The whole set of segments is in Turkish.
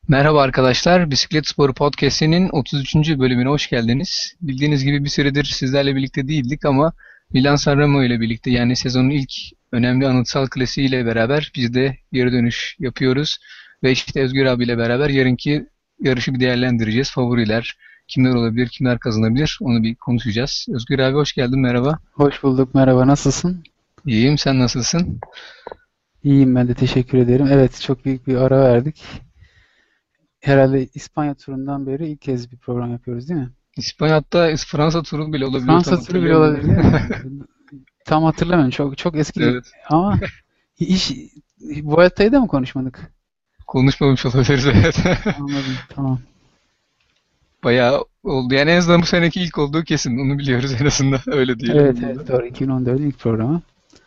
Merhaba arkadaşlar, Bisiklet Sporu Podcast'inin 33. bölümüne hoş geldiniz. Bildiğiniz gibi bir süredir sizlerle birlikte değildik ama Milan Sanremo ile birlikte yani sezonun ilk önemli anıtsal klasiği ile beraber biz de geri dönüş yapıyoruz. Ve işte Özgür abiyle beraber yarınki yarışı bir değerlendireceğiz. Favoriler, kimler olabilir, kimler kazanabilir onu bir konuşacağız. Özgür abi hoş geldin, merhaba. Hoş bulduk, merhaba. Nasılsın? İyiyim, sen nasılsın? İyiyim ben de teşekkür ederim. Evet, çok büyük bir ara verdik. Herhalde İspanya turundan beri ilk kez bir program yapıyoruz, değil mi? İspanya hatta Fransa turu bile olabilir tam Fransa turu bile hatırlayamıyorum. olabilir, değil mi? Tam hatırlamıyorum. Çok çok eski Evet, ama hiç Vuelta'yı da mı konuşmadık? konuşmamış olabiliriz evet. Anladım. Tamam. Bayağı oldu. Yani en azından bu seneki ilk olduğu kesin. Onu biliyoruz en azından. Öyle Evet, diyelim burada. evet doğru. 2014'ün ilk programı.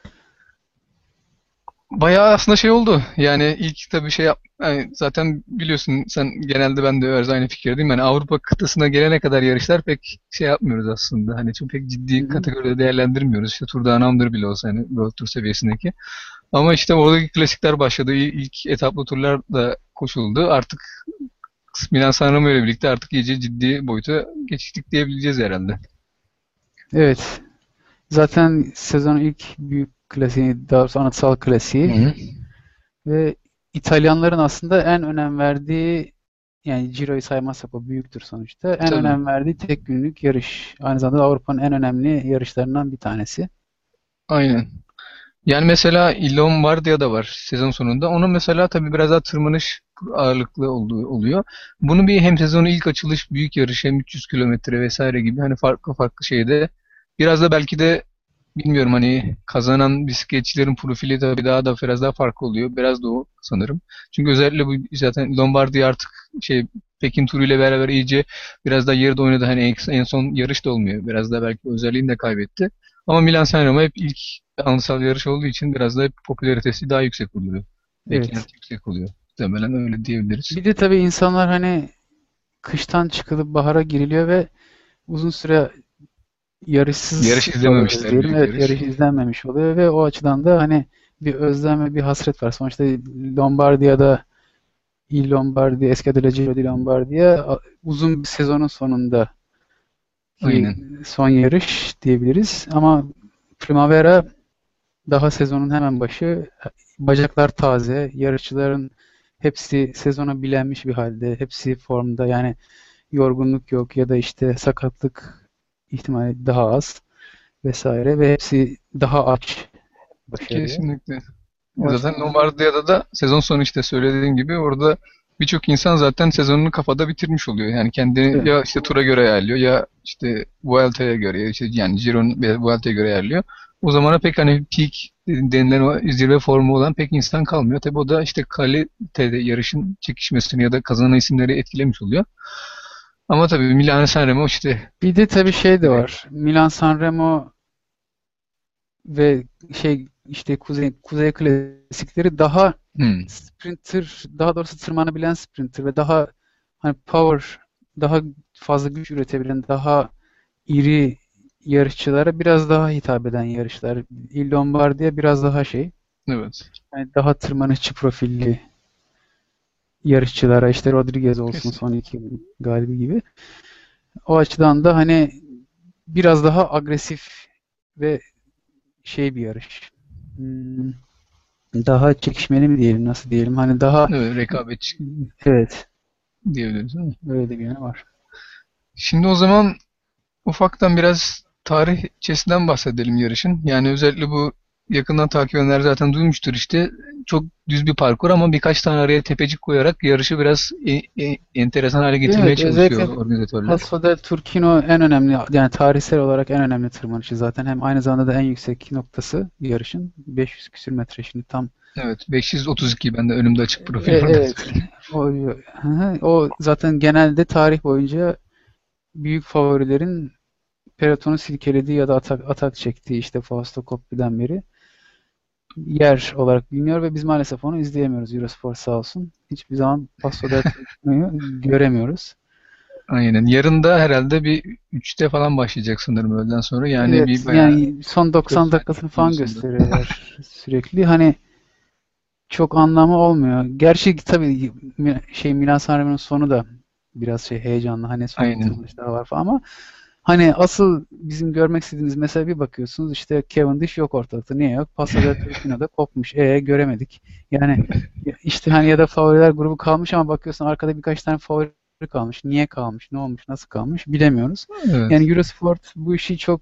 Bayağı aslında şey oldu. Yani ilk tabii şey yap, yani zaten biliyorsun sen genelde ben de öyle aynı fikirdeyim. Yani Avrupa kıtasına gelene kadar yarışlar pek şey yapmıyoruz aslında. Hani çok pek Hı ciddi hı. kategoride değerlendirmiyoruz. İşte Tour de Anam'dır bile olsa hani World Tour seviyesindeki. Ama işte oradaki klasikler başladı. İlk etaplı turlar da koşuldu. Artık Milan Sanremo ile birlikte artık iyice ciddi boyuta geçtik diyebileceğiz herhalde. Evet. Zaten sezonun ilk büyük klasiği, daha doğrusu anıtsal Hı klasiği hı. ve İtalyanların aslında en önem verdiği, yani Ciro'yu saymazsak o büyüktür sonuçta. En Tabii. önem verdiği tek günlük yarış. Aynı zamanda Avrupa'nın en önemli yarışlarından bir tanesi. Aynen. Yani mesela Lombardia da var sezon sonunda. Onun mesela tabii biraz daha tırmanış ağırlıklı olduğu oluyor. Bunu bir hem sezonu ilk açılış büyük yarış hem 300 kilometre vesaire gibi hani farklı farklı şeyde biraz da belki de bilmiyorum hani kazanan bisikletçilerin profili tabii daha da biraz daha farklı oluyor. Biraz da o sanırım. Çünkü özellikle bu zaten Lombardia artık şey Pekin turu ile beraber iyice biraz daha yerde oynadı. Hani en son yarış da olmuyor. Biraz da belki özelliğini de kaybetti. Ama Milan Sanremo hep ilk anısal yarış olduğu için biraz da hep popülaritesi daha yüksek oluyor. Evet. Beklenti yüksek oluyor. Muhtemelen öyle diyebiliriz. Bir de tabii insanlar hani kıştan çıkılıp bahara giriliyor ve uzun süre Yarış yarışsız kalıyoruz izlememişler diyelim. büyük Evet, yarış. yarış izlenmemiş oluyor ve o açıdan da hani bir özlem ve bir hasret var. Sonuçta Lombardia'da Il Lombardia, Escadella Giro di Lombardia uzun bir sezonun sonunda ki Aynen. son yarış diyebiliriz. Ama Primavera daha sezonun hemen başı. Bacaklar taze. Yarışçıların hepsi sezona bilenmiş bir halde. Hepsi formda. Yani yorgunluk yok ya da işte sakatlık ihtimali daha az vesaire ve hepsi daha aç başarıya. Kesinlikle. O Zaten açıdan da Lombardiya'da da sezon sonu işte söylediğin gibi orada birçok insan zaten sezonunu kafada bitirmiş oluyor. Yani kendini tabii. ya işte tura göre ayarlıyor ya işte Vuelta'ya göre ya işte yani Giro'nun ve Vuelta'ya göre ayarlıyor. O zamana pek hani peak denilen o zirve formu olan pek insan kalmıyor. Tabii o da işte kalitede yarışın çekişmesini ya da kazanan isimleri etkilemiş oluyor. Ama tabii Milano Sanremo işte Bir de tabii şey de var. Milan Sanremo ve şey işte Kuzey klasikleri daha hmm, sprinter, daha doğrusu tırmanabilen sprinter ve daha hani power, daha fazla güç üretebilen, daha iri yarışçılara biraz daha hitap eden yarışlar. Il Lombardia biraz daha şey, evet. yani daha tırmanışçı profilli yarışçılara, işte Rodriguez olsun Kesin. son iki yılın galibi gibi. O açıdan da hani biraz daha agresif ve şey bir yarış. Hmm, daha çekişmeli mi diyelim, nasıl diyelim? Hani daha Evet, rekabetçi evet, diyebiliriz değil mi? öyle de bir yanı var. Şimdi o zaman ufaktan biraz tarihçesinden bahsedelim yarışın. Yani özellikle bu yakından takip edenler zaten duymuştur işte. Çok düz bir parkur ama birkaç tane araya tepecik koyarak yarışı biraz enteresan hale getirmeye Evet, çalışıyor özellikle organizatörler. Paso del Turquino en önemli, yani tarihsel olarak en önemli tırmanışı zaten. Hem aynı zamanda da en yüksek noktası yarışın. 500 küsür metre şimdi tam. Evet, 532 ben de önümde açık profil oradan Evet. söyleyeyim. O, hı hı. O zaten genelde tarih boyunca büyük favorilerin pelotonu silkelediği ya da atak çektiği, işte Fausto Coppi'den beri yer olarak biliniyor ve biz maalesef onu izleyemiyoruz. Eurosport sağ olsun. Hiçbir zaman Paso del Turquio'yu göremiyoruz. Aynen. Yarın da herhalde bir 3'te falan başlayacak sanırım öğleden sonra. Yani Evet, bir bayağı yani son 40 90 saat dakikasını falan öncesinde. gösteriyorlar sürekli. Hani çok anlamı olmuyor. Gerçi tabii Milan-San Remo'nun sonu da biraz heyecanlı. Hani son bir Aynen. tırmanış daha var falan ama hani asıl bizim görmek istediğimiz, mesela bir bakıyorsunuz işte Cavendish yok ortalıkta. Niye yok? Paso del Turquino'da kopmuş. Göremedik. Yani işte hani ya da favoriler grubu kalmış ama bakıyorsun arkada birkaç tane favori kalmış. Niye kalmış? Ne olmuş? Nasıl kalmış? Bilemiyoruz. Evet. Yani Eurosport bu işi çok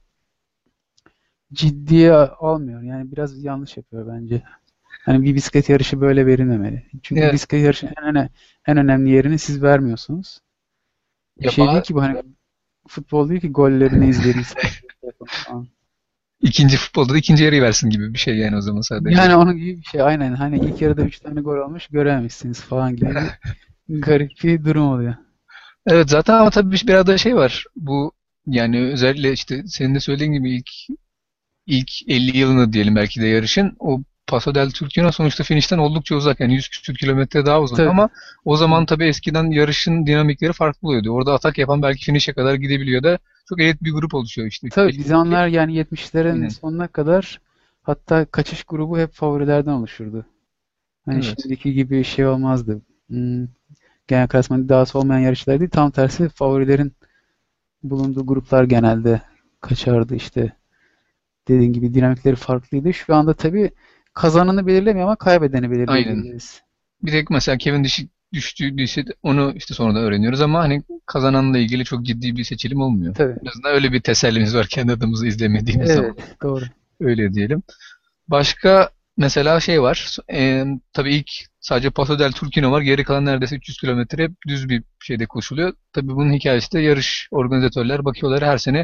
ciddiye almıyor. Yani biraz yanlış yapıyor bence. Hani bir bisiklet yarışı böyle verilmemeli. Çünkü Ya, bisiklet yarışının en önemli yerini siz vermiyorsunuz. ya Şey değil ki bu, hani futbol değil ki gollerini izleyebilsem falan. ikinci futbolda da ikinci yarıyı versin gibi bir şey yani o zaman sadece. Yani onun gibi bir şey aynen. Hani ilk yarıda 3 tane gol olmuş görememişsiniz falan gibi bir garip bir durum oluyor. Evet, zaten ama tabii biraz da şey var. Bu yani özellikle işte senin de söylediğin gibi ilk 50 yılını diyelim belki de yarışın, o Paso del Turquino sonuçta finişten oldukça uzak, yani 100 küsür kilometre daha uzak, Tabii. ama o zaman Evet. tabii eskiden yarışın dinamikleri farklı oluyordu. Orada atak yapan belki finişe kadar gidebiliyor da çok elit bir grup oluşuyor işte Tabii 3-5 bir kişilik. zamanlar yani 70'lerin Aynen. sonuna kadar hatta kaçış grubu hep favorilerden oluşurdu. Hani Evet. şimdiki gibi şey olmazdı. Genel klasman iddiası olmayan yarışlar değil. Tam tersi favorilerin bulunduğu gruplar genelde kaçardı işte. Dediğin gibi dinamikleri farklıydı. Şu anda tabii kazananı belirlemiyor ama kaybedeni Aynen. belirleyebiliriz. Bir tek mesela Kevin düştüğü onu işte sonradan öğreniyoruz, ama hani kazananla ilgili çok ciddi bir seçilim olmuyor. Tabii. En azından öyle bir tesellimiz var kendi adımızı izlemediğimiz zaman. Evet, doğru. Öyle diyelim. Başka mesela şey var. Tabii ilk sadece Paso del Turquino var. Geri kalan neredeyse 300 kilometre hep düz bir şeyde koşuluyor. Tabii bunun hikayesi de yarış organizatörler bakıyorlar her sene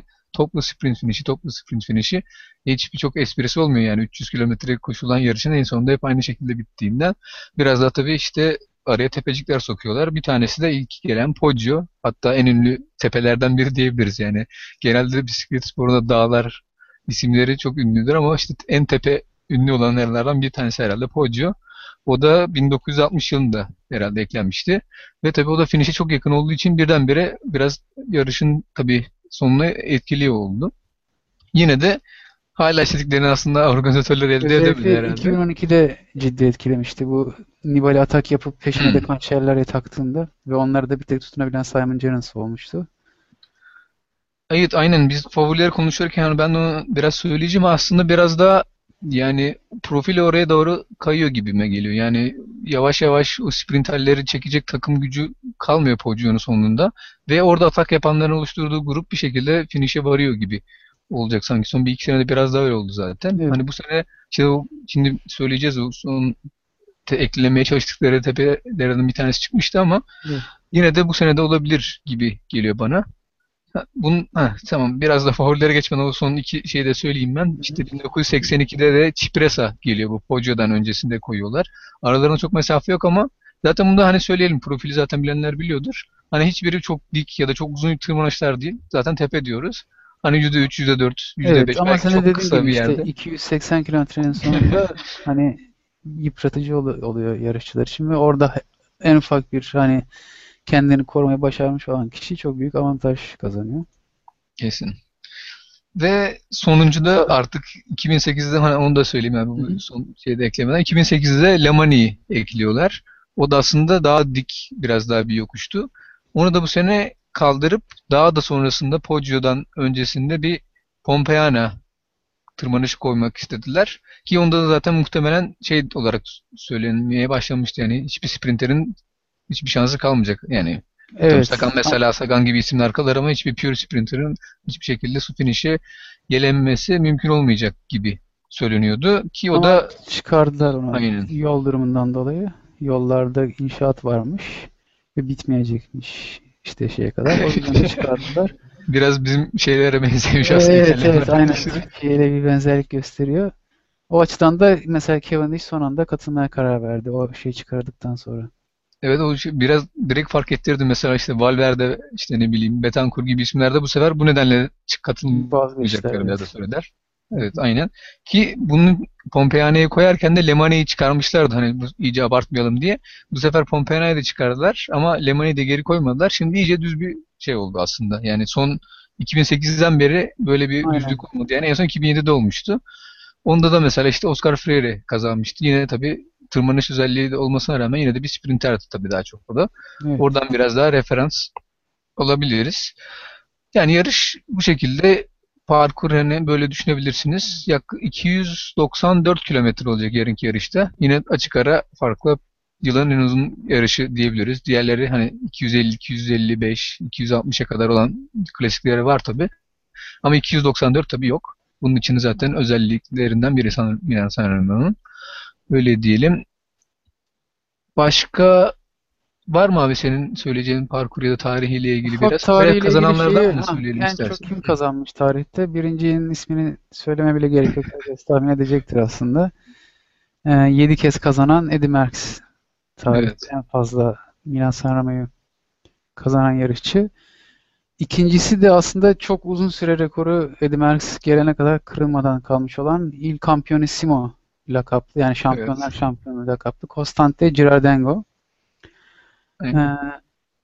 toplu sprint finişi. Hiçbir çok esprisi olmuyor yani 300 kilometre koşulan yarışın en sonunda hep aynı şekilde bittiğinden. Biraz daha tabii işte araya tepecikler sokuyorlar. Bir tanesi de ilk gelen Poggio. Hatta en ünlü tepelerden biri diyebiliriz yani. Genelde bisiklet sporunda dağlar isimleri çok ünlüdür, ama işte en tepe ünlü olan yerlerden bir tanesi herhalde Poggio. O da 1960 yılında herhalde eklenmişti. Ve tabii o da finish'e çok yakın olduğu için birdenbire biraz yarışın tabii sonunu etkiliyor oldu. Yine de hala istediklerini aslında organizatörler elde edemedi Özellikle herhalde. 2012'de ciddi etkilemişti. Bu Nibali atak yapıp peşine de Hmm. Cancellara taktığında ve onları da bir tek tutunabilen Simon Gerrans olmuştu. Evet, aynen, biz favorileri konuşurken yani ben de onu biraz söyleyeceğim, aslında biraz daha yani profili oraya doğru kayıyor gibime geliyor. Yani yavaş yavaş o sprinterleri çekecek takım gücü kalmıyor Poggio'nun sonunda ve orada atak yapanların oluşturduğu grup bir şekilde finish'e varıyor gibi olacak sanki. Son bir iki senede biraz daha öyle oldu zaten. Evet. Hani bu sene işte şimdi söyleyeceğiz, o son eklemeye çalıştıkları tepelerden bir tanesi çıkmıştı, ama Evet. yine de bu sene de olabilir gibi geliyor bana. Tamam, biraz da favorilere geçmeden o son iki şeyi de söyleyeyim ben. Hı hı. İşte 1982'de de Cipressa geliyor, bu Poggio'dan öncesinde koyuyorlar. Aralarında çok mesafe yok, ama zaten bunu da hani söyleyelim, profili zaten bilenler biliyordur. Hani hiçbiri çok dik ya da çok uzun tırmanışlar değil. Zaten tepe diyoruz. Hani %3, %4, Evet %5 ama belki sen de çok dediğin kısa gibi bir işte yerde. 280 kilometrenin sonunda hani yıpratıcı oluyor yarışçılar için ve orada en ufak bir hani kendini korumayı başarmış olan kişi çok büyük avantaj kazanıyor. Kesin. Ve sonuncu da artık 2008'de, hani onu da söyleyeyim yani Hı bu hı. son şeyde eklemeden, 2008'de Lemani'yi ekliyorlar. O da aslında daha dik, biraz daha bir yokuştu. Onu da bu sene kaldırıp daha da sonrasında Poggio'dan öncesinde bir Pompeiana tırmanışı koymak istediler. Ki onda da zaten muhtemelen şey olarak söylenmeye başlamıştı, yani hiçbir sprinterin hiçbir şansı kalmayacak. Yani atıyorum Evet. Sagan, mesela Sagan gibi isimler kalır, ama hiçbir pure sprinter'ın hiçbir şekilde su finish'e gelemesi mümkün olmayacak gibi söyleniyordu. Ki o Ama da çıkardılar onu aynen. yol durumundan dolayı. Yollarda inşaat varmış ve bitmeyecekmiş işte şeye kadar. O yüzden de çıkardılar. Biraz bizim şeylere benzemiş aslında, Evet evet İtalyanların aynen işleri. Türkiye ile bir benzerlik gösteriyor. O açıdan da mesela Cavendish son anda katılmaya karar verdi o şeyi çıkardıktan sonra. Evet, o biraz direkt fark ettirdi. Mesela işte Valverde, işte ne bileyim Betancourt gibi isimler de bu sefer bu nedenle Vazgeçtiler katılmayacaklarını da evet. söylediler. Hı Evet, hı. aynen. Ki bunu Pompeiana'ya koyarken de Lemani'yi çıkarmışlardı. Hani bu, iyice abartmayalım diye. Bu sefer Pompeiana'yı da çıkardılar, ama Lemani'yi de geri koymadılar. Şimdi iyice düz bir şey oldu aslında. Yani son 2008'den beri böyle bir Aynen. düzlük olmadı. Yani en son 2007'de olmuştu. Onda da mesela işte Oscar Freire kazanmıştı. Yine tabii tırmanış özelliği de olmasına rağmen yine de bir sprinter tabii daha çok o da. Evet. Oradan biraz daha referans olabiliriz. Yani yarış bu şekilde, parkur hani böyle düşünebilirsiniz. Yaklaşık 294 kilometre olacak yarınki yarışta. Yine açık ara farklı yılın en uzun yarışı diyebiliriz. Diğerleri hani 250, 255, 260'a kadar olan klasikleri var tabii. Ama 294 tabii yok. Bunun için zaten özelliklerinden biri sanırım, yani sanırım onun. Öyle diyelim. Başka var mı abi senin söyleyeceğin parkur ya da tarihiyle ilgili Ufak biraz? Veya tarihiyle ilgili şeyi, kazananlardan mı söyleyelim en çok istersen? kim kazanmış tarihte? Birincinin ismini söyleme bile gerek yok. Herkes tahmin edecektir aslında. 7 kez kazanan Eddy Merckx. Tarihte Evet. en fazla Milan-San Rebo'yu kazanan yarışçı. İkincisi de aslında çok uzun süre rekoru Eddy Merckx gelene kadar kırılmadan kalmış olan Il Campionissimo lakaplı, yani Şampiyonlar Evet. Şampiyonu lakaplı Costante Girardengo. Aynen. Ee,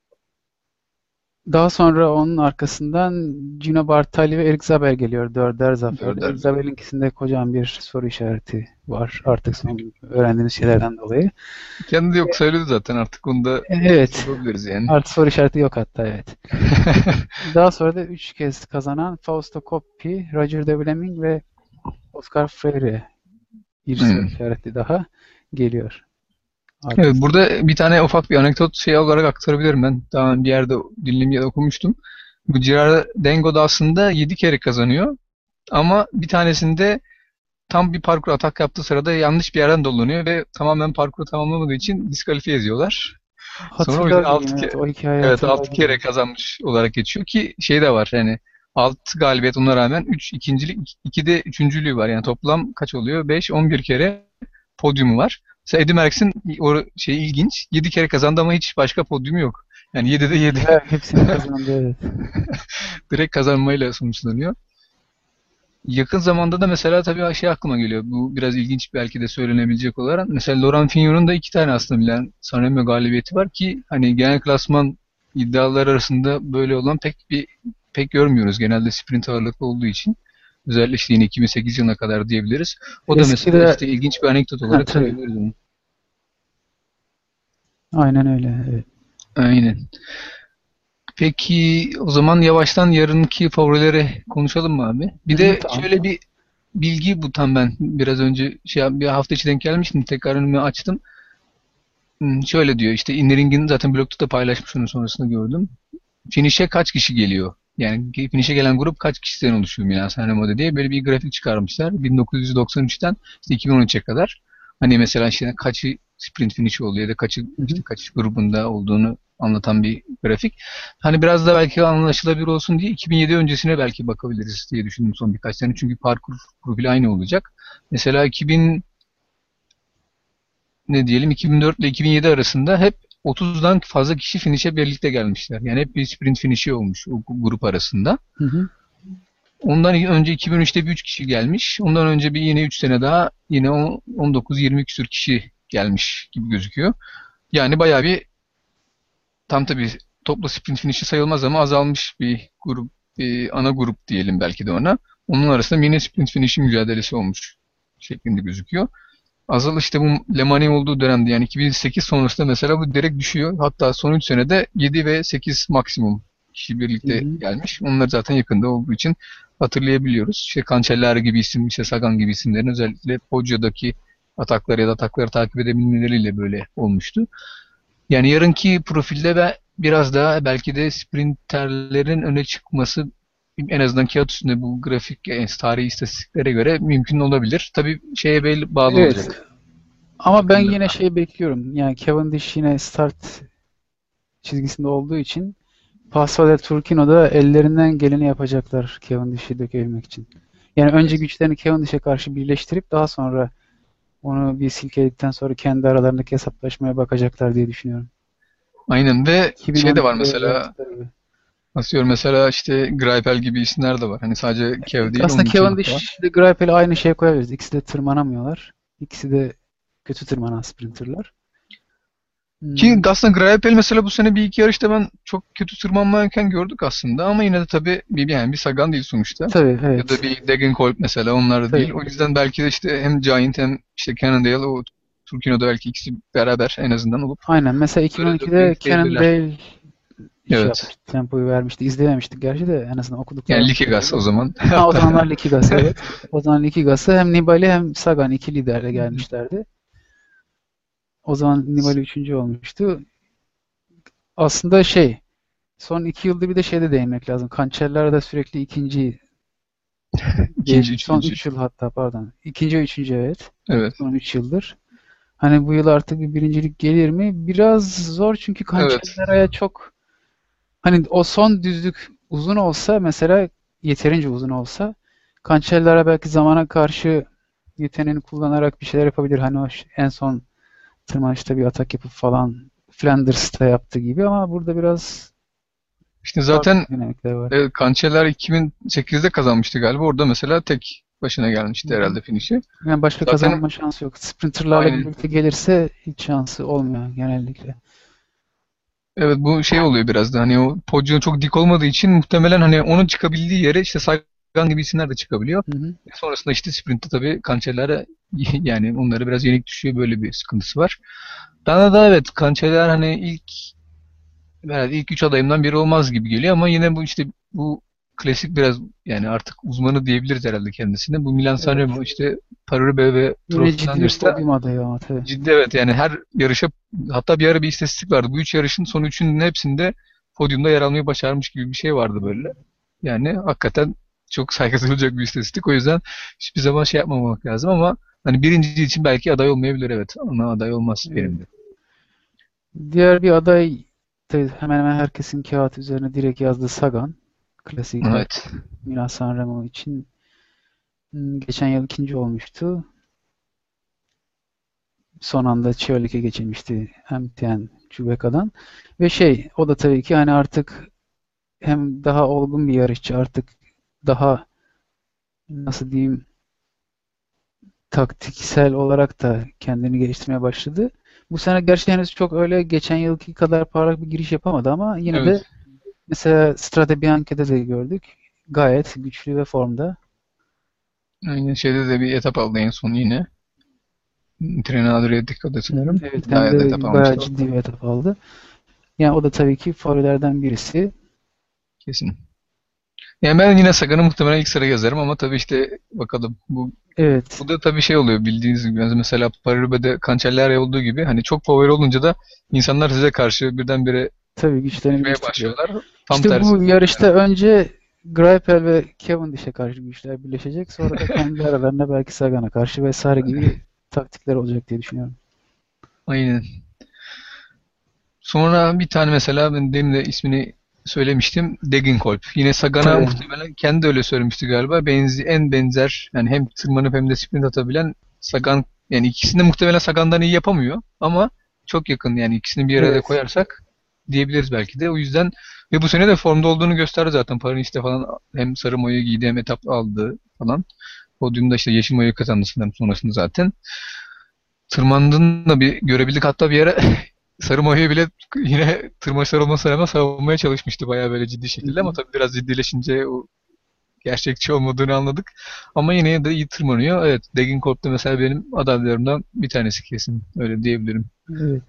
Daha sonra onun arkasından Gino Bartali ve Erik Zabel geliyor dörder zaferle. Erik Dörder. Zabel'inkisinde kocaman bir soru işareti var artık son öğrendiğimiz şeylerden dolayı. Kendi de yok söyledi zaten, artık onu da Evet, yapabiliriz yani. artık soru işareti yok hatta, evet. Daha sonra da 3 kez kazanan Fausto Coppi, Roger De Vlaming ve Oscar Freire, bir soru Hmm. işareti daha geliyor Evet, arkasından. burada bir tane ufak bir anekdot şey olarak aktarabilirim ben. Daha önce bir yerde dinleyip ya da okumuştum. Bu Girardengo da aslında 7 kere kazanıyor. Ama bir tanesinde tam bir parkur atak yaptığı sırada yanlış bir yerden dolanıyor ve tamamen parkuru tamamlamadığı için diskalifiye ediyorlar. Sonra o yüzden Hatırlar gibiyim, 6 evet, kere, o hikayeyi evet, hatırlar 6 kere gibiyim. kazanmış olarak geçiyor ki şey de var yani, 6 galibiyet ona rağmen 3 ikincilik, 2 de üçüncülüğü var. Yani toplam kaç oluyor? 5, 11 kere podyumu var. Mesela Eddy Merckx'in o şey ilginç. 7 kere kazandı ama hiç başka podyumu yok. Yani 7'de 7. Ve hepsini kazandı, evet. Direkt kazanmayla sonuçlanıyor. Yakın zamanda da mesela tabii şey aklıma geliyor. Bu biraz ilginç belki de söylenebilecek olarak. Mesela Laurent Fignon'un da 2 tane aslında bilen Sanremo galibiyeti var ki hani genel klasman iddiaları arasında böyle olan pek görmüyoruz. Genelde sprint ağırlıklı olduğu için. Özellikle işte yine 2008 yılına kadar diyebiliriz. O da mesela Eskide, işte ilginç bir anekdot ha, olarak tabii, sayabiliriz onu. aynen öyle. Evet. Aynen. Peki o zaman yavaştan yarınki favorileri konuşalım mı abi? Hı Bir hı, de tamam. şöyle bir bilgi, bu tam ben biraz önce bir hafta içi denk gelmiştim. Tekrar önüme açtım. Şöyle diyor işte, Innering'in zaten blogda da paylaşmış, onun sonrasında gördüm. Finish'e kaç kişi geliyor? Yani finish'e gelen grup kaç kişiden oluşuyor Milan Sanremo'da diye böyle bir grafik çıkarmışlar. 1993'ten işte 2013'e kadar. Hani mesela işte kaçı sprint finish oluyor ya da kaçı Hı hı. işte kaçış grubunda olduğunu anlatan bir grafik. Hani biraz da belki anlaşılabilir olsun diye 2007 öncesine belki bakabiliriz diye düşündüm son birkaç sene. Çünkü parkur profili aynı olacak. Mesela 2000 ne diyelim 2004 ile 2007 arasında hep 30'dan fazla kişi finish'e birlikte gelmişler. Yani hep bir sprint finish'i olmuş o grup arasında. Hı hı. Ondan önce 2003'te bir 3 kişi gelmiş. Ondan önce bir yine 3 sene daha yine 19-20 küsür kişi gelmiş gibi gözüküyor. Yani bayağı bir, tam tabii toplu sprint finish'i sayılmaz ama azalmış bir grup, ana grup diyelim belki de ona. Onun arasında yine sprint finish'i mücadelesi olmuş şeklinde gözüküyor. Asıl işte bu Lemani olduğu dönemde, yani 2008 sonrasında mesela bu direkt düşüyor. Hatta son 3 senede 7 ve 8 maksimum kişi Hı birlikte hı. gelmiş. Onlar zaten yakında olduğu için hatırlayabiliyoruz. İşte Cancellara gibi isim, işte Sagan gibi isimlerin özellikle Poggio'daki atakları ya da atakları takip edebilmeleriyle böyle olmuştu. Yani yarınki profilde ve biraz daha belki de sprinterlerin öne çıkması en azından kağıt üstünde bu grafik, tarihi istatistiklere göre mümkün olabilir. Tabii şeye bağlı Evet. olacak. Ama ben yine Yakınlarına. şey bekliyorum. Yani Cavendish yine start çizgisinde olduğu için Passo del Turquino'da ellerinden geleni yapacaklar Cavendish'i dökebilmek için. Yani önce güçlerini Cavendish'e karşı birleştirip daha sonra onu bir silkeledikten sonra kendi aralarındaki hesaplaşmaya bakacaklar diye düşünüyorum. Aynen, ve şey de var 2012'de mesela, yaptıkları gibi. asıyorum mesela işte Greipel gibi isimler de var. Hani sadece Kev değil, Aslında onun içinde var. Cavendish ile Greipel'i aynı şeye koyabiliriz. İkisi de tırmanamıyorlar. İkisi de kötü tırmanan sprinterlar. Ki Hmm, aslında Greipel mesela bu sene bir iki yarışta ben çok kötü tırmanmayken gördük aslında, ama yine de tabii yani bir Sagan değil sonuçta. tabii, Ya da evet. bir Degenkolb mesela, onlar da değil. Tabii. O yüzden belki de işte hem Giant hem işte Cannondale o Turkino'da belki ikisi beraber en azından olup Aynen. Mesela böyle 2012'de dönmeyi sevdiler. Cannondale şey Evet. yapmıştı, tempoyu vermişti. İzlememiştik gerçi de en azından Yani okuduklarımız Likigas o kadarıyla. zaman. Ha, o Hatta zamanlar Liquigas'ı, evet. O zaman Liquigas'ı hem Nibali hem Sagan iki liderle gelmişlerdi. O zaman Nibali üçüncü olmuştu. Aslında son 2 yılda bir de şeyde değinmek lazım. Cancellara da sürekli ikinci ikinci, son üçüncü. 3 yıl, hatta pardon. İkinci ve üçüncü, evet. Evet. Son 3 yıldır. Hani bu yıl artık bir birincilik gelir mi? Biraz zor çünkü Evet. Cancellara'ya çok, hani o son düzlük uzun olsa mesela, yeterince uzun olsa, Cancellara belki zamana karşı yeteneğini kullanarak bir şeyler yapabilir. Hani en son tırmanışta bir atak yapıp falan Flanders'ta yaptığı gibi, ama burada biraz İşte farklı zaten dinamikler var. Cancellara 2008'de kazanmıştı galiba. Orada mesela tek başına Hı gelmişti hı. herhalde finişi. Yani başka Zaten kazanma şansı yok. Sprinterlarla aynı. birlikte gelirse hiç şansı olmuyor genellikle. Evet, bu şey oluyor biraz da hani o podyum çok dik olmadığı için muhtemelen hani onun çıkabildiği yere işte Sagan gibi isimler de çıkabiliyor. Hı hı. Sonrasında işte sprintte tabii Cancellara yani onlara biraz yenik düşüyor, böyle bir sıkıntısı var. Bana da evet Cancellara hani herhalde ilk üç adayımdan biri olmaz gibi geliyor ama yine bu işte bu klasik biraz yani artık uzmanı diyebiliriz herhalde kendisine. Bu Milan Evet. Sanremo işte Paris-Roubaix ve Tour of Yine ciddi bir Flanders'ta podyum adayı ama tabii. ciddi, evet, yani her yarışa, hatta bir ara bir istatistik vardı. Bu üç yarışın son üçünün hepsinde podyumda yer almayı başarmış gibi bir şey vardı Hı hı. böyle. Yani hakikaten çok saygı duyulacak bir istatistik. O yüzden hiçbir zaman şey yapmamak lazım ama hani birinci için belki aday olmayabilir, evet. Ona aday olmaz Evet. benim de. Diğer bir aday da hemen hemen herkesin kağıt üzerine direkt yazdığı Sagan. Klasik her Evet. Milan Sanremo için. Geçen yıl ikinci olmuştu. Son anda Çiolik'e geçilmişti MTN Quebeca'dan. Ve o da tabii ki hani artık hem daha olgun bir yarışçı, artık daha, nasıl diyeyim, taktiksel olarak da kendini geliştirmeye başladı. Bu sene gerçi henüz çok öyle geçen yılki kadar parlak bir giriş yapamadı ama yine Evet. de mesela Strade Bianche'de de gördük. Gayet güçlü ve formda. Aynen, şeyde de bir etap aldı en son yine. Treno Adriatico'da Hı hı. sanırım. Evet, hem Bayağı da etap de bayağı almıştı. ciddi bir etap aldı. Yani o da tabii ki favorilerden birisi. Kesin. Yani ben yine Sagan'ı muhtemelen ilk sıraya yazarım ama tabii işte bakalım. Bu Evet, da tabii şey oluyor bildiğiniz gibi. Yani mesela Paris-Roubaix'de Cancellara olduğu gibi hani çok favori olunca da insanlar size karşı birdenbire tabii güçlerini düşmeye birleştiriyor. başlıyorlar. Tam İşte tersi. bu yarışta önce Greipel ve Cavendish'e karşı güçler birleşecek. Sonra da kendi aralarında belki Sagan'a karşı vesaire gibi taktikler olacak diye düşünüyorum. Aynen. Sonra bir tane mesela ben demin de ismini söylemiştim. Degenkolb. Yine Sagan'a Tabii. muhtemelen kendi de öyle söylemişti galiba. En benzer yani hem tırmanıp hem de sprint atabilen Sagan, yani ikisini de muhtemelen Sagan'dan iyi yapamıyor ama çok yakın, yani ikisini bir arada Evet. koyarsak diyebiliriz belki de. O yüzden ve bu sene de formda olduğunu gösterdi zaten. Paris'te falan hem sarı mayo giydi hem etap aldı falan. Podyumda işte yeşil mayo kazandı sonrasında zaten. Tırmandığını da bir görebildik. Hatta bir ara sarı mayoyu bile yine tırmanışlar olmasına rağmen savunmaya çalışmıştı bayağı böyle ciddi Hı şekilde ama hı. tabii biraz ciddileşince o gerçekçi olmadığını anladık. Ama yine de iyi tırmanıyor. Evet, Degenkolb da mesela benim adaylarımdan bir tanesi, kesin öyle diyebilirim. Evet.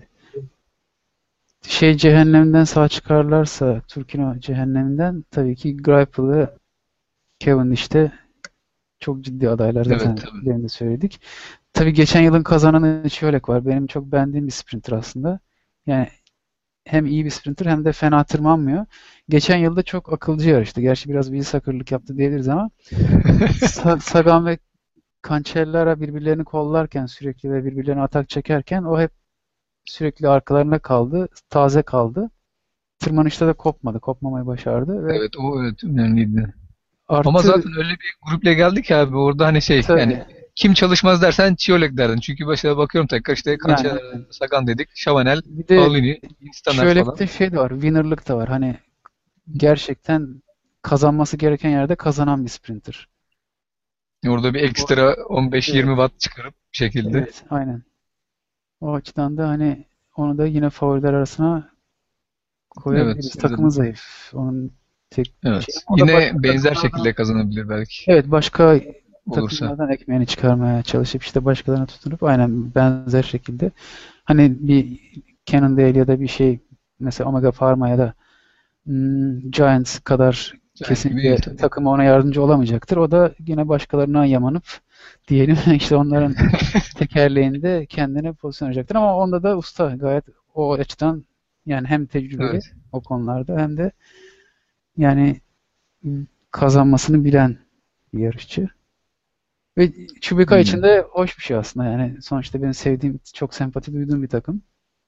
Cehennemden sağ çıkarlarsa, Turkino cehenneminden, tabii ki Greipel ve Cavendish de çok ciddi adaylar, Evet, zaten tabii. demin de söyledik. Tabii geçen yılın kazananı Çiolek var. Benim çok beğendiğim bir sprinter aslında. Yani hem iyi bir sprinter hem de fena tırmanmıyor. Geçen yılda çok akılcı yarıştı. Gerçi biraz Wills yaptı diyebiliriz ama Sagan ve Cancellara birbirlerini kollarken sürekli ve birbirlerine atak çekerken o hep sürekli arkalarında kaldı. Taze kaldı. Tırmanışta da kopmadı. Kopmamayı başardı ve Evet, o evet önemliydi. Ama artı, zaten öyle bir grupla geldik ki abi orada hani şey tabii, yani kim çalışmaz dersen Çiolek derdin. Çünkü başına bakıyorum tekrar işte yani Cancellara, Sagan dedik, Chavanel, bir de Paulini, Instaner falan. Çiolek'te de var. Winner'lık da var. Hani gerçekten kazanması gereken yerde kazanan bir sprinter. Orada bir O, ekstra 15-20 evet. watt çıkarıp bir şekilde. Evet. Aynen. O açıdan da hani onu da yine favoriler arasına Evet. koyabiliriz. Takımı zayıf. Onun tek şey. Evet. O da Yine başka benzer takımlardan. şekilde kazanabilir belki. Evet, başka olursa. takımlardan ekmeğini çıkarmaya çalışıp işte başkalarına tutunup aynen benzer şekilde hani bir Cannondale ya da bir şey mesela Omega Pharma ya da Giants kadar Giants gibi değil kesinlikle tabii. takıma ona yardımcı olamayacaktır. O da yine başkalarına yamanıp diyelim işte onların tekerleğinde kendine pozisyon arayacaktır. Ama onda da usta gayet o açıdan yani hem tecrübeli Evet. o konularda hem de yani kazanmasını bilen bir yarışçı. Ve Chewbacca için Aynen. de hoş bir şey aslında yani. Sonuçta benim sevdiğim, çok sempati duyduğum bir takım.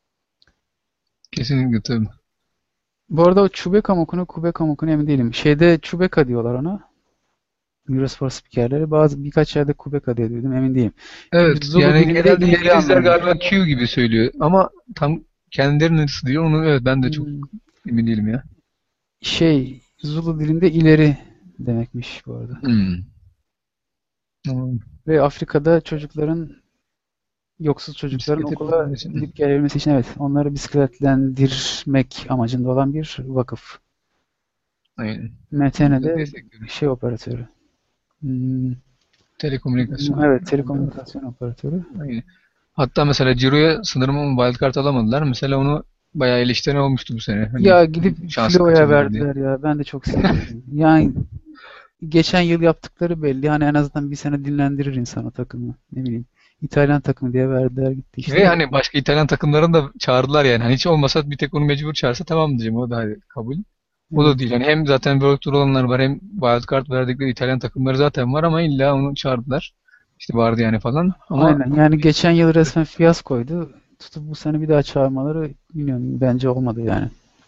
Kesinlikle tabii. Bu arada o Chewbacca mı okunuyor, Kubeka mı okunuyor emin değilim. Şeyde Chewbacca diyorlar ona. Eurosport spikerleri. Birkaç yerde Kubeka diye duydum emin değilim. Çünkü Evet. Zulu Yani dilinde genelde ileri İngilizler anlamı. galiba Q gibi söylüyor. Ama tam kendileri nasıl diyor onu evet ben de çok Hmm, emin değilim ya. Zulu dilinde ileri demekmiş bu arada. Hmm. Tamam. Ve Afrika'da yoksul çocukların Bisiklet okula yapabilmesi. gidip gelebilmesi için evet, onları bisikletlendirmek amacında olan bir vakıf. Aynen. Güzel MTN'de destekliyorum. şey operatörü. Hmm, Telekomünikasyon. evet, telekomünikasyon operatörü. Aynen. Hatta mesela Ciro'ya sanırım wildcard alamadılar. Mesela onu bayağı eleştiren olmuştu bu sene. Hani Ya gidip şansı Flo'ya kaçırdılar diye. verdiler ya. Ben de çok sinirliyim. Yani geçen yıl yaptıkları belli. Hani en azından bir sene dinlendirir insan o takımı. Ne bileyim. İtalyan takımı diye verdiler gitti Ve işte. hani başka İtalyan takımlarını da çağırdılar yani. Hani hiç olmasa bir tek onu mecbur çağırsa tamam diyeceğim. O da hadi kabul. O da Evet. değil. Hani hem zaten World Tour olanlar var hem wildcard verdikleri İtalyan takımları zaten var ama illa onu çağırdılar. İşte vardı yani falan. Ama Aynen. Yani geçen yıl resmen fiyaskoydu. Tutup bu sene bir daha çağırmaları bilmiyorum. Bence olmadı yani.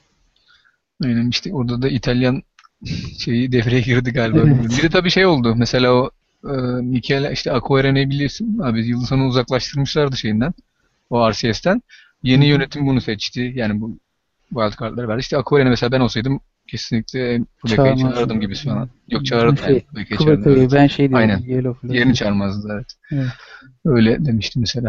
aynen işte orada da İtalyan şeyi devreye girdi galiba bilmiyorum. Bir Evet. de tabii şey oldu. Mesela o Michele işte Aquaren'i biliyorsun. Abi yılın sonu uzaklaştırmışlardı şeyinden. O RCS'ten. Hı Yeni hı. yönetim bunu seçti. Yani bu wildcard'ları verdi. İşte Aquaren'i mesela ben olsaydım kesinlikle Kubeka'yı Çağırmazdı. çağırdım gibi falan. Evet. Yok çağırdım yani Şey, Kubeka'yı çağırdım Kubeka'yı evet. ben şey Aynen. dedim. Yellow Flag Diğerini diye. çağırmazdı evet. Evet. Öyle demişti mesela.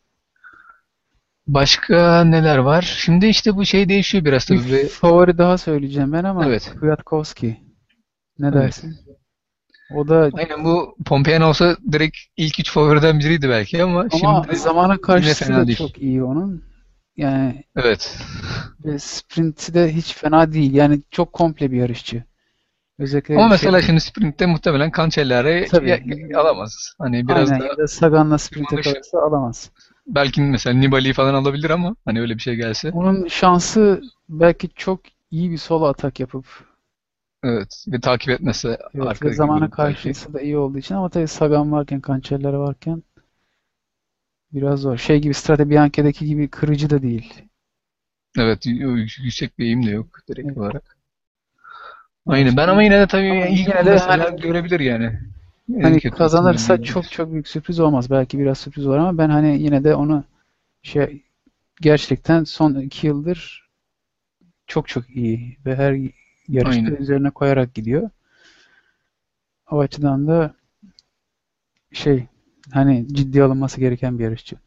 Başka neler var? Şimdi işte bu şey değişiyor biraz Bir tabii. favori daha söyleyeceğim ben ama Evet. Kwiatkowski. Ne Evet. dersin? O da Aynen bu Pompeian olsa direkt ilk üç favoriden biriydi belki ama ama şimdi zamana yine karşısı da fena değil. çok iyi onun. Yani Evet. ve sprinti de hiç fena değil. Yani çok komple bir yarışçı. Ama Özellikle şey mesela şimdi sprintte muhtemelen Cancellara tabii alamaz. Hani biraz aynen da ya da Sagan'la sprinte tırmanış kalırsa alamaz. belki mesela Nibali'yi falan alabilir ama hani öyle bir şey gelse. Onun şansı belki çok iyi bir solo atak yapıp Evet. Ve takip etmese evet ve arkadaki zamana grup belki. karşısı da iyi olduğu için ama tabii Sagan varken Cancellara varken biraz zor. Şey gibi Strade Bianche'deki gibi kırıcı da değil. Evet. Yüksek bir eğim de yok direkt Evet, olarak. o Aynen. Ben ama açıdan. yine de tabii Ama yani ilk yine 10 de hani mesela görebilir yani. En hani kötü ihtimalle kazanırsa görebilir. çok çok büyük sürpriz olmaz. Belki biraz sürpriz olur ama ben hani yine de onu şey gerçekten son 2 yıldır çok çok iyi ve her yarışta Aynen. üzerine koyarak gidiyor. O açıdan da şey hani ciddiye alınması gereken bir yarışçı.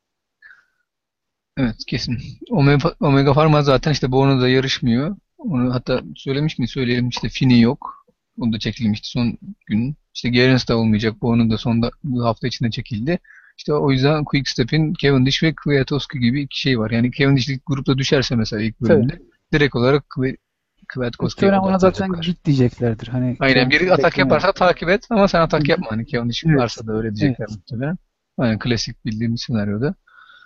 Evet kesin. Omega Pharma zaten işte Borno'da da yarışmıyor. Onu hatta söylemiş mi? Söyleyelim işte Fini yok. Onu da çekilmişti son gün. İşte Gerrans da olmayacak. Borno da bu hafta içinde çekildi. İşte o yüzden Quickstep'in Cavendish ve Kwiatkowski gibi iki şey var. Yani Cavendish ilk grupta düşerse mesela ilk Tabii. bölümde direkt olarak Kwiatkowski'ye Muhtemelen ona zaten odaklanacaklar. git diyeceklerdir. Hani Aynen biri kendisi atak bekleme. yaparsa takip et ama sen Hı atak hı. yapma. Hani Cavendish Evet. varsa da öyle diyecekler Evet. muhtemelen. Aynen klasik bildiğimiz senaryoda.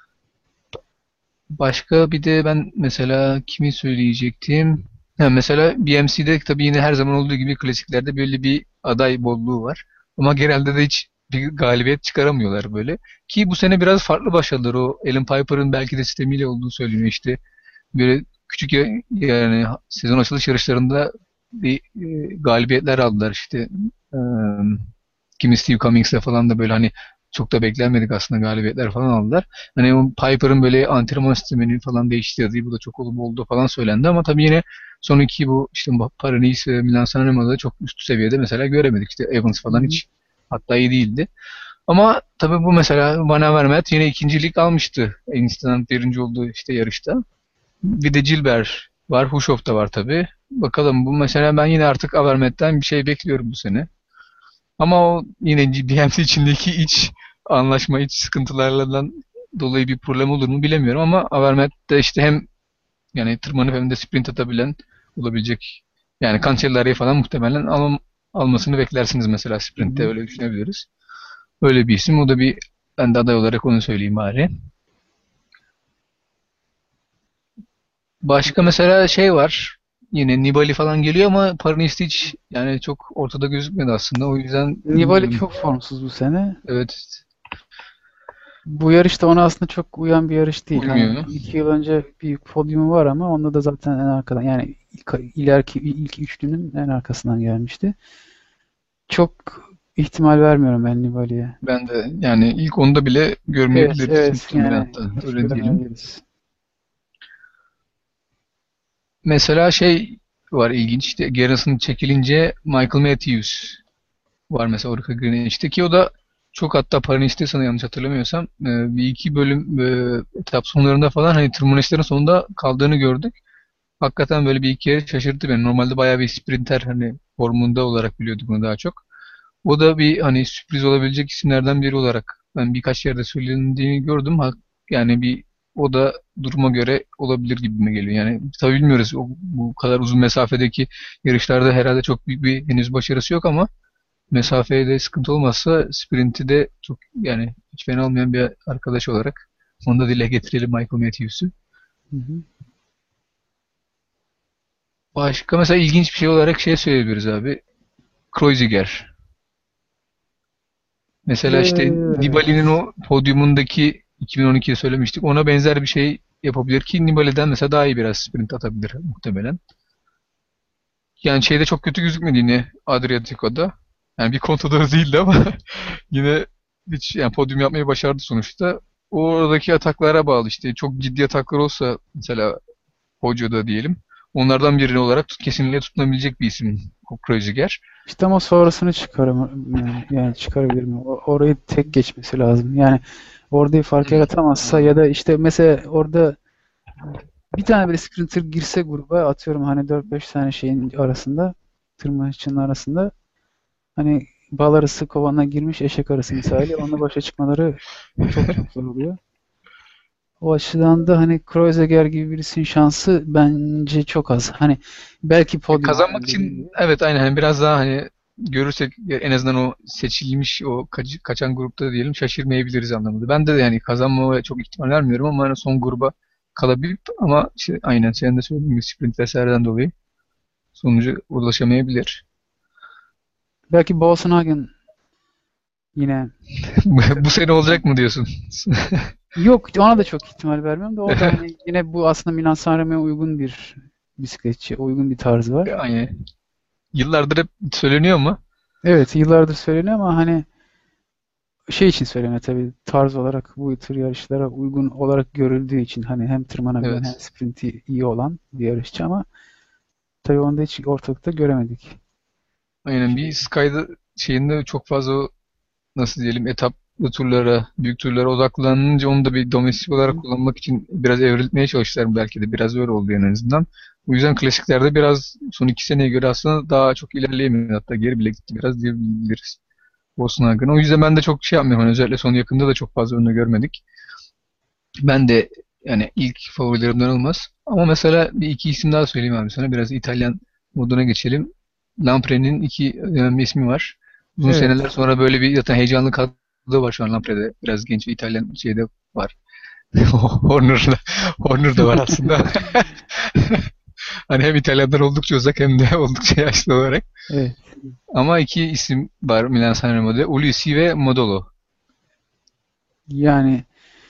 Başka bir de ben mesela kimi söyleyecektim? Ha, mesela BMC'de tabii yine her zaman olduğu gibi klasiklerde böyle bir aday bolluğu var. Ama genelde de hiç bir galibiyet çıkaramıyorlar böyle. Ki bu sene biraz farklı başladılar. O Alan Piper'ın belki de sistemiyle olduğu söyleniyor işte. Böyle küçük yani sezon açılış yarışlarında bir galibiyetler aldılar işte. E, kimi Steve Cummings'le falan da böyle hani çok da beklenmedik aslında galibiyetler falan aldılar. Hani o Piper'ın böyle antrenman sistemini falan değiştirdiği bu da çok olumlu oldu falan söylendi ama tabii yine son iki bu işte Paris-Nice ve Milan-San Remo'da çok üst seviyede mesela göremedik. İşte Evans Hı falan hı. hiç hatta iyi değildi. Ama tabii bu mesela Van Avermaet yine ikincilik almıştı. En birinci olduğu işte yarışta. Bir de Gilbert var. Hushovd da var tabii. Bakalım bu mesela ben yine artık Avermaet'ten bir şey bekliyorum bu sene. Ama o yine BMC içindeki iç anlaşma, iç sıkıntılardan dolayı bir problem olur mu bilemiyorum ama Avermaet'te işte hem yani tırmanıp hem de sprint atabilen olabilecek yani Cancellara'yı falan muhtemelen almasını beklersiniz mesela Hı sprintte hı. öyle düşünebiliriz. Öyle bir isim. O da bir ben de aday olarak onu söyleyeyim bari. Başka mesela şey var. Yine Nibali falan geliyor ama Paris hiç yani çok ortada gözükmedi aslında. O yüzden Nibali bilmiyorum. çok formsuz bu sene. Evet, Bu yarış da ona aslında çok uyan bir yarış değil. Hani uymuyor. 2 yıl önce bir podyumu var ama onda da zaten en arkadan yani ilk üçlünün en arkasından gelmişti. Çok ihtimal vermiyorum ben Nibali'ye. Ben de yani ilk onda bile Evet, görmeyebiliriz evet, muhtemelen yani hatta hiç öyle diyelim. göremeyebiliriz. Mesela şey var ilginç işte Garrison çekilince Michael Matthews var mesela Orica Greenwich'te ki o da çok hatta Paris'te sana yanlış hatırlamıyorsam bir iki bölüm etap sonlarında falan hani tırmanışların sonunda kaldığını gördük. Hakikaten böyle bir iki yere şaşırttı beni. Normalde bayağı bir sprinter hani formunda olarak biliyorduk bunu daha çok. O da bir hani sürpriz olabilecek isimlerden biri olarak ben birkaç yerde söylendiğini gördüm. Yani bir o da duruma göre olabilir gibime geliyor. Yani tabii bilmiyoruz. Bu kadar uzun mesafedeki yarışlarda herhalde çok büyük bir henüz başarısı yok ama mesafeye de sıkıntı olmazsa sprinti de çok yani hiç fena olmayan bir arkadaş olarak onu da dile getirelim Michael Matthews'u. Hı hı. Başka mesela ilginç bir şey olarak şey söyleyebiliriz abi. Kreuziger. Mesela işte Nibali'nin Evet. o podyumundaki 2012'de söylemiştik. Ona benzer bir şey yapabilir ki Nibali'den mesela daha iyi biraz sprint atabilir muhtemelen. Yani şeyde çok kötü gözükmedi yine Adriatico'da. Yani bir kontador değildi ama yine hiç yani podyum yapmayı başardı sonuçta. Oradaki ataklara bağlı işte. Çok ciddi ataklar olsa mesela Hoca'da diyelim. Onlardan birini olarak kesinlikle tutunabilecek bir isim Kreuziger. İşte ama sonrasını çıkaramıyorum. Yani çıkarabilirim. Orayı tek geçmesi lazım. Yani orayı fark Hmm, yaratamazsa ya anladım. da işte mesela orada bir tane böyle sprinter girse gruba atıyorum hani 4-5 tane şeyin arasında tırmanışçının arasında hani bal arısı kovanına girmiş eşek arısı misali onunla başa çıkmaları çok çok zor oluyor. O açıdan da hani Kreuziger gibi birisinin şansı bence çok az. Hani belki podyum Kazanmak aynen dediğin için gibi. evet aynen hani biraz daha hani görürsek en azından o seçilmiş o kaçan grupta diyelim şaşırmayabiliriz anlamında. Ben de yani kazanmaya çok ihtimal vermiyorum ama hani son gruba kalabilir ama işte, aynen senin de söylediğin gibi sprint vesaireden dolayı sonucu ulaşamayabilir. Belki Boasson yine Bu sene olacak mı diyorsun? yok ona da çok ihtimal vermiyorum da o da hani yine bu aslında Milan Sanrem'e uygun bir bisikletçi, uygun bir tarzı var. Yani yıllardır hep söyleniyor mu? Evet yıllardır söyleniyor ama hani şey için söyleniyor tabii tarz olarak bu tür yarışlara uygun olarak görüldüğü için hani hem tırmanabilen hem Evet. sprinti iyi olan bir yarışçı ama tabii onu da hiç ortalıkta göremedik. Aynen bir Şey, Sky'da şeyinde çok fazla nasıl diyelim etaplı turlara, büyük turlara odaklanınca onu da bir domestik hı olarak hı. kullanmak için biraz evrilmeye çalıştılar belki de. Biraz öyle oldu en azından. O yüzden klasiklerde biraz son 2 seneye göre aslında daha çok ilerleyemiyor. Hatta geri bile gitti biraz diyebiliriz. Volkswagen. O yüzden ben de çok şey yapmıyorum. Hani özellikle son yakında da çok fazla önüne görmedik. Ben de yani ilk favorilerimden olmaz. Ama mesela bir iki isim daha söyleyeyim abi sana. Biraz İtalyan moduna geçelim. Lampre'nin iki önemli ismi var. Uzun seneler Evet. sonra böyle bir zaten heyecanlı kadro var şu an Lampre'de. Biraz genç bir İtalyan şeyde var. Horner'da, Horner da var aslında. Hani hem İtalyanlar oldukça uzak hem de oldukça yaşlı olarak. Evet. Ama iki isim var Milan Sanremo'da. Ulissi ve Modolo. Yani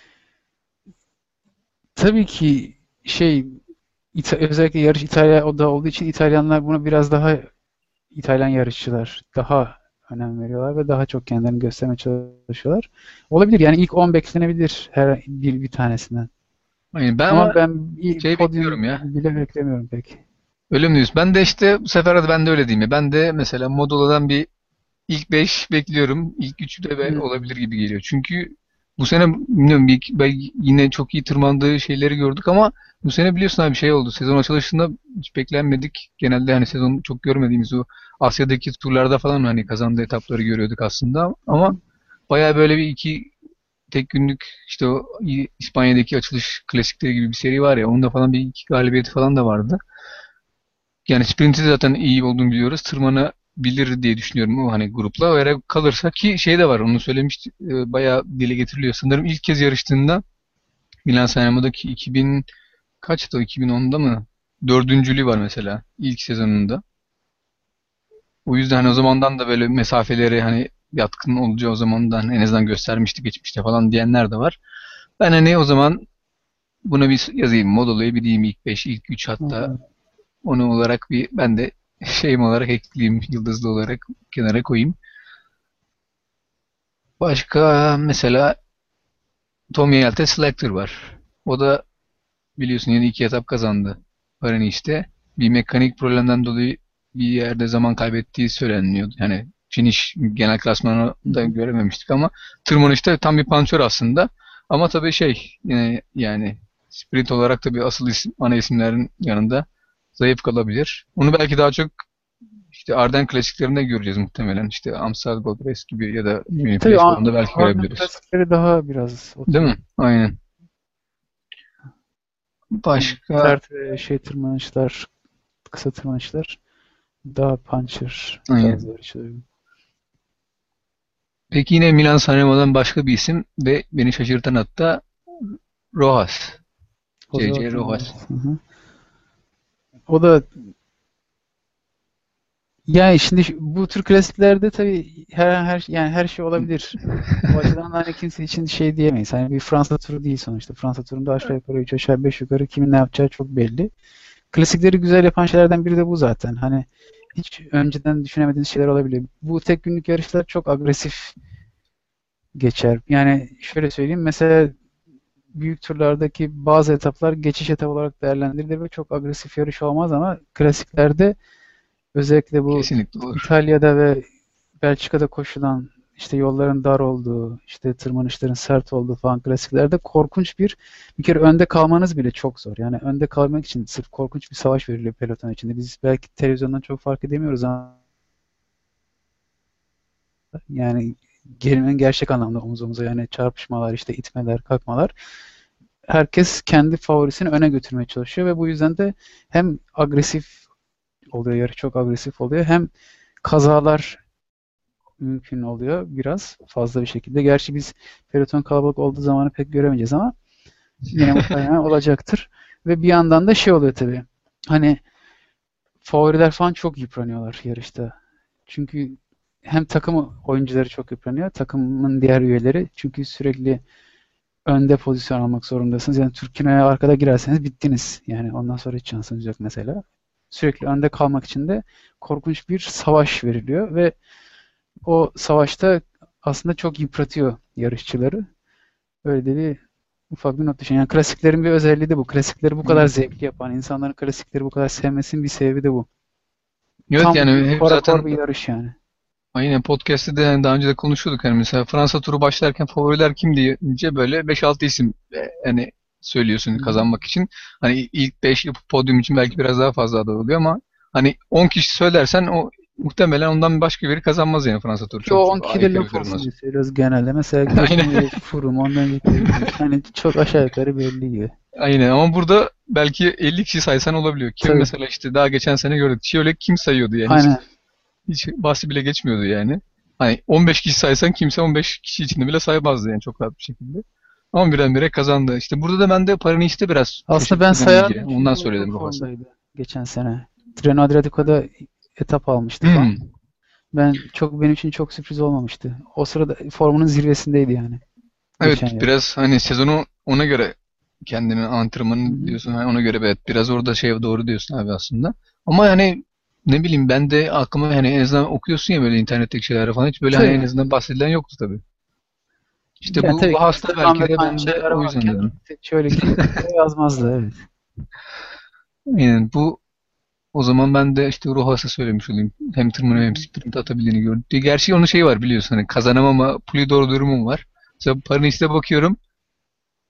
tabii ki şey özellikle yarış İtalya'da olduğu için İtalyanlar buna biraz daha İtalyan yarışçılar daha önem veriyorlar ve daha çok kendilerini göstermeye çalışıyorlar. Olabilir yani ilk 10 beklenebilir her bir tanesinden. Yani ben Ama ama ben bir şey podyum bekliyorum ya. bile beklemiyorum pek. Öyle mi diyorsun? Ben de işte bu sefer de ben de öyle diyeyim ya. Ben de mesela Modola'dan bir ilk 5 bekliyorum. İlk 3 de olabilir Hmm. gibi geliyor. Çünkü bu sene bilmiyorum yine çok iyi tırmandığı şeyleri gördük ama bu sene biliyorsun abi şey oldu. Sezon açılışında hiç beklenmedik. Genelde hani sezon çok görmediğimiz o Asya'daki turlarda falan hani kazandığı etapları görüyorduk aslında. Ama bayağı böyle bir iki tek günlük işte o İspanya'daki açılış klasikleri gibi bir seri var ya, onda falan bir iki galibiyeti falan da vardı. Yani sprinti zaten iyi olduğunu biliyoruz. Tırmanabilir diye düşünüyorum o hani grupla. Eğer kalırsa ki şey de var, onu söylemişti. Bayağı dile getiriliyor. Sanırım ilk kez yarıştığında Milan Sanremo'daki 2000 kaçtı o, 2010'da mı? Dördüncülüğü var mesela ilk sezonunda. O yüzden hani o zamandan da böyle mesafeleri hani yatkın olacağı o zamandan en azından göstermişti geçmişte falan diyenler de var. Ben hani o zaman buna bir yazayım. Modolo'yu bir diyeyim, ilk 5, ilk 3 hatta. Evet. Onu olarak bir ben de şeyim olarak ekleyeyim. Yıldızlı olarak kenara koyayım. Başka mesela Tommy Alte Selector var. O da biliyorsun yeni iki etap kazandı. Paris-Nice'te. Bir mekanik problemden dolayı bir yerde zaman kaybettiği söyleniyordu. Yani finish genel klasmanı Hı da hı. görememiştik ama tırmanışta tam bir pançör aslında. Ama tabii şey yine yani sprint olarak tabii asıl isim, ana isimlerin yanında zayıf kalabilir. Onu belki daha çok işte Arden klasiklerinde göreceğiz muhtemelen. İşte Amstel Gold Race gibi ya da Tabii Uniplace falan da belki Arden görebiliriz. klasikleri daha biraz Değil oturuyor. mi? Aynen. Yani Başka sert ve şey tırmanışlar, kısa tırmanışlar daha puncher tarzı aynen. yarışlar. Peki yine Milan Sanremo'dan başka bir isim ve beni şaşırtan hatta Rojas. Jose JJ Ortiz. Rojas. Hı hı. O da yani şimdi bu tür klasiklerde tabii yani her şey olabilir. O açıdan da hani kimse için şey diyemeyiz. Hani bir Fransa turu değil sonuçta. Fransa turunda aşağı yukarı 3 aşağı 5 yukarı kimin ne yapacağı çok belli. Klasikleri güzel yapan şeylerden biri de bu zaten. Hani hiç önceden düşünemediğiniz şeyler olabiliyor. Bu tek günlük yarışlar çok agresif geçer. Yani şöyle söyleyeyim. Mesela büyük turlardaki bazı etaplar geçiş etapı olarak değerlendirilir ve çok agresif yarış olmaz ama klasiklerde özellikle bu Kesinlikle olur. İtalya'da ve Belçika'da koşulan işte yolların dar olduğu, işte tırmanışların sert olduğu falan klasiklerde korkunç bir kere önde kalmanız bile çok zor. Yani önde kalmak için sırf korkunç bir savaş veriliyor peloton içinde. Biz belki televizyondan çok fark edemiyoruz ama yani gerilim gerçek anlamda omuz omuza yani çarpışmalar, işte itmeler, kalkmalar. Herkes kendi favorisini öne götürmeye çalışıyor ve bu yüzden de hem agresif oluyor, yarış çok agresif oluyor hem kazalar mümkün oluyor biraz fazla bir şekilde. Gerçi biz peloton kalabalık olduğu zamanı pek göremeyeceğiz ama yine muhtemelen olacaktır. Ve bir yandan da şey oluyor tabii. Hani favoriler falan çok yıpranıyorlar yarışta. Çünkü hem takım oyuncuları çok yıpranıyor, takımın diğer üyeleri. Çünkü sürekli önde pozisyon almak zorundasınız. Yani Türkiye'ye arkada girerseniz bittiniz. Yani ondan sonra hiç şansınız yok mesela. Sürekli önde kalmak için de korkunç bir savaş veriliyor ve o savaşta aslında çok yıpratıyor yarışçıları. Öyle de bir ufak bir not düşün. Yani klasiklerin bir özelliği de bu. Klasikleri bu kadar Aynen. zevkli yapan, insanların klasikleri bu kadar sevmesinin bir sebebi de bu. Evet Tam yani hep korakor zaten bir yarış yani. aynen podcast'te de yani daha önce de konuşuyorduk. Yani mesela Fransa turu başlarken favoriler kim deyince böyle 5-6 isim hani söylüyorsun Hı hı. kazanmak için. Hani ilk 5 podyum için belki biraz daha fazla aday oluyor ama hani 10 kişi söylersen o muhtemelen ondan başka biri kazanmaz yani Fransa turu. Ki o Çok 10 kişi de aykırı bir laf durum olsun olsun. diye söylüyoruz genelde. Mesela Aynen. geçen yıl Froome, ondan önceki yıl hani çok aşağı yukarı belli gibi. Aynen ama burada belki 50 kişi saysan olabiliyor. Kim Tabii. mesela işte daha geçen sene gördük. Çiolek kim sayıyordu yani Aynen. hiç bahsi bile geçmiyordu yani. Hani 15 kişi saysan kimse 15 kişi içinde bile saymazdı yani çok rahat bir şekilde. Ama birdenbire kazandı. İşte burada da ben de Paris-Nice'te biraz Aslında ben şaşırttı beni iyice. sayardım Ondan çünkü o söyledim çok Rojas. formdaydı geçen sene. Treno Adriatico'da etap almıştı falan. Hmm. Benim için çok sürpriz olmamıştı. O sırada formunun zirvesindeydi yani Evet geçen yıl. biraz hani sezonu ona göre kendini Hı antrenmanı hı. diyorsun. Hani ona göre evet biraz orada şey doğru diyorsun abi aslında. Ama yani ne bileyim ben de aklıma yani en azından okuyorsun ya böyle internetteki şeyler falan hiç böyle hani en Tabii. azından bahsedilen yoktu tabii. İşte Yani bu tabii Rojas da Klisterman ve belki de ben de şeyler o yüzden varken dedim. şöyle ki yazmazdı evet. Yani bu o zaman ben de işte Rojas'a söylemiş olayım. Hem Hı tırmanıyor hem hı. sprint atabildiğini gördük. Gerçi onun şeyi var biliyorsun hani kazanamama Polidor durumum var. Mesela Paris'te bakıyorum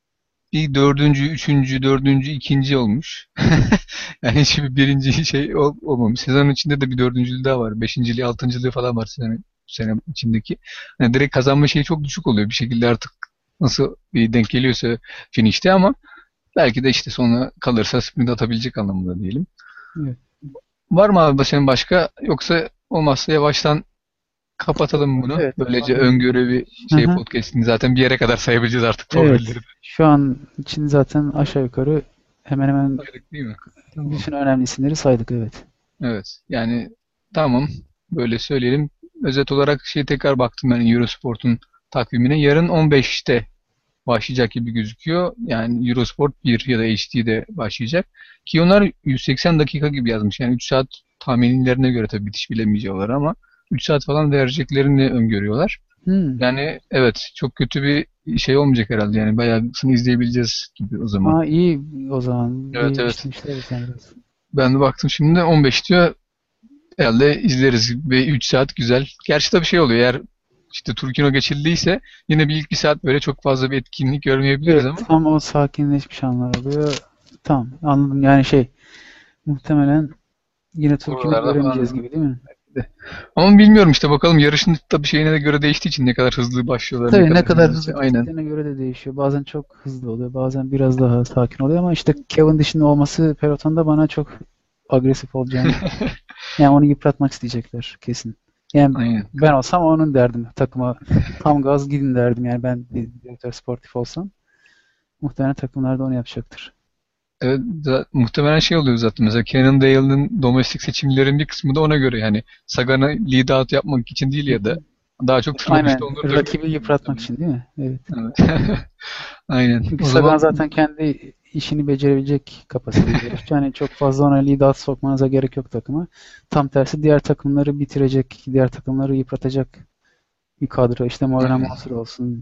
bir dördüncü, üçüncü, dördüncü, ikinci olmuş. Yani hiçbir birinci şey olmamış. Sezonun içinde de bir dördüncülüğü daha var. Beşinciliği, altıncılığı falan var sene içindeki. Yani direkt kazanma şeyi çok düşük oluyor. Bir şekilde artık nasıl bir denk geliyorsa finişte, ama belki de işte sonra kalırsa sprint atabilecek anlamında diyelim. Evet. Var mı abi senin başka? Yoksa olmazsa yavaştan kapatalım bunu. Evet. Böylece öngörü bir Hı şey hı. podcast'ini zaten bir yere kadar sayabileceğiz artık Evet. favorileri. Şu an için zaten aşağı yukarı hemen hemen Saydık değil mi? Tamam. bütün önemli isimleri saydık. Evet. Evet. Yani tamam. Böyle söyleyelim. Özet olarak tekrar baktım ben Eurosport'un takvimine. Yarın 15'te başlayacak gibi gözüküyor. Yani Eurosport 1 ya da HD'de başlayacak. Ki onlar 180 dakika gibi yazmış. Yani 3 saat tahminlerine göre, tabii bitiş bilemeyecekler ama 3 saat falan vereceklerini öngörüyorlar. Hmm. Yani evet, çok kötü bir şey olmayacak herhalde. Yani bayağı izleyebileceğiz gibi o zaman. Aa, iyi o zaman. Evet, evet. Değiştirmişler sen biraz. Ben de baktım şimdi 15 diyor. Herhalde izleriz ve 3 saat güzel. Gerçi tabii şey oluyor, eğer işte Turkino geçildiyse yine bir ilk bir saat böyle çok fazla bir etkinlik görmeyebiliriz Evet, ama tam o sakinleşmiş anlar oluyor. Tamam, anladım. Yani şey, muhtemelen yine Türkiye'de oralarda göremeyeceğiz falan gibi değil mi? de. Ama bilmiyorum işte, bakalım yarışın tabii şeyine de göre değiştiği için ne kadar hızlı başlıyorlar, ne Tabii ne kadar kadar hızlı hızlı aynen. gittiklerine göre de değişiyor. Bazen çok hızlı oluyor, bazen biraz daha sakin oluyor ama işte Cavendish'in olması pelotonda bana çok agresif olacağını, yani onu yıpratmak isteyecekler kesin. Yani Aynen. ben olsam onun derdim. Takıma tam gaz gidin derdim. Yani ben bir direktör sportif olsam muhtemelen takımlar da onu yapacaktır. Evet, muhtemelen şey oluyor zaten. Mesela Cannondale'ın domestik seçimlerin bir kısmı da ona göre, yani Sagan'ı lead out yapmak için değil Hı ya da hı. daha çok tırmanışta Aynen. onları dövmek Rakibi için yıpratmak muhtemelen. için değil mi? Evet. Evet. Aynen. Çünkü O Sagan zaman zaten kendi işini becerebilecek kapasitede bir yarışçı. Yani çok fazla ona lead out sokmanıza gerek yok takıma. Tam tersi diğer takımları bitirecek, diğer takımları yıpratacak bir kadro. İşte Morena aynen. Monster olsun,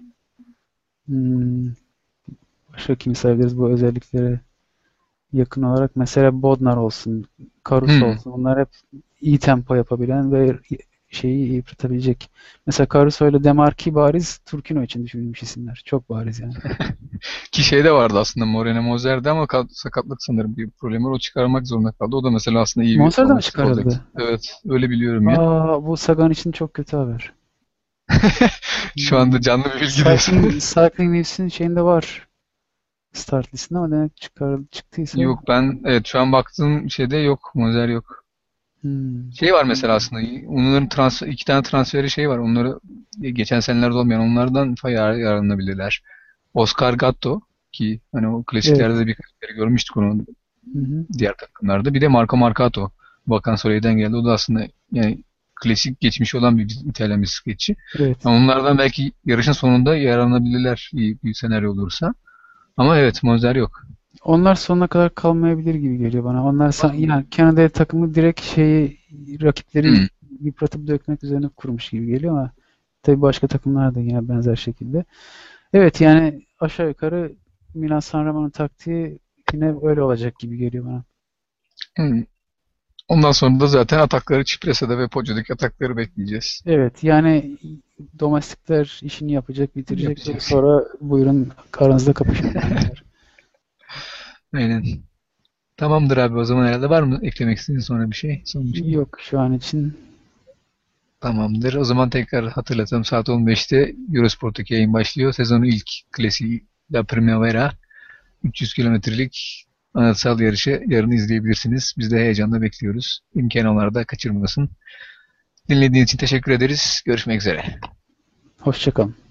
hmm, başka kimi sayabiliriz bu özelliklere yakın olarak. Mesela Bodnar olsun, Caruso Hmm. olsun. Bunlar hep iyi tempo yapabilen ve şeyi yıpratabilecek. Mesela Caruso ile Demarki bariz Turkino için düşünülmüş isimler. Çok bariz yani. Ki şey de vardı aslında, Moreno Mozer'de, ama sakatlık sanırım bir problemi var. O çıkarmak zorunda kaldı. O da mesela aslında iyi bir Monster da mı domestik olacaktı. çıkarıldı? Evet, öyle biliyorum ya. Aa, bu Sagan için çok kötü haber. Şu anda Hmm. canlı bir bilgi diyorsun. Cycling News'in şeyinde var. Start listinde ama demek çıktıysa. Yok, ben evet şu an baktığım şeyde yok. Mozer yok. Hmm. Şey var mesela aslında. Onların iki tane transferi şey var. Onları geçen senelerde olmayan, onlardan yararlanabilirler. Oscar Gatto, ki hani o klasiklerde Evet. de birkaç kere görmüştük onu Hı hı. diğer takımlarda. Bir de Marco Marcato. Bakan Solei'den geldi. O da aslında yani klasik geçmişi olan bir İtalyan bisikletçi. Evet. Yani onlardan belki yarışın sonunda yararlanabilirler, iyi bir senaryo olursa. Ama evet, Moser yok. Onlar sonuna kadar kalmayabilir gibi geliyor bana. Onlar yani Kanada takımı direkt rakipleri Hmm. yıpratıp dökmek üzerine kurmuş gibi geliyor ama tabii başka takımlar da yine benzer şekilde. Evet yani aşağı yukarı Milan San Remo'nun taktiği yine öyle olacak gibi geliyor bana. Hmm. Ondan sonra da zaten atakları, Cipresa'da ve Poggio'daki atakları bekleyeceğiz. Evet yani domestikler işini yapacak, bitirecek ve Yapacak. sonra buyurun aranızda kapışın diyecekler. Aynen. Tamamdır abi, o zaman herhalde var mı eklemek istediğin sonra bir şey? Son bir şey. Yok şu an için. Tamamdır. O zaman tekrar hatırlatalım. Saat 15'te Eurosport'taki yayın başlıyor. Sezonun ilk klasiği La Primavera. 300 kilometrelik anıtsal yarışı yarın izleyebilirsiniz. Biz de heyecanla bekliyoruz. İmkan olanlar da kaçırmasın. Dinlediğiniz için teşekkür ederiz. Görüşmek üzere. Hoşça kalın.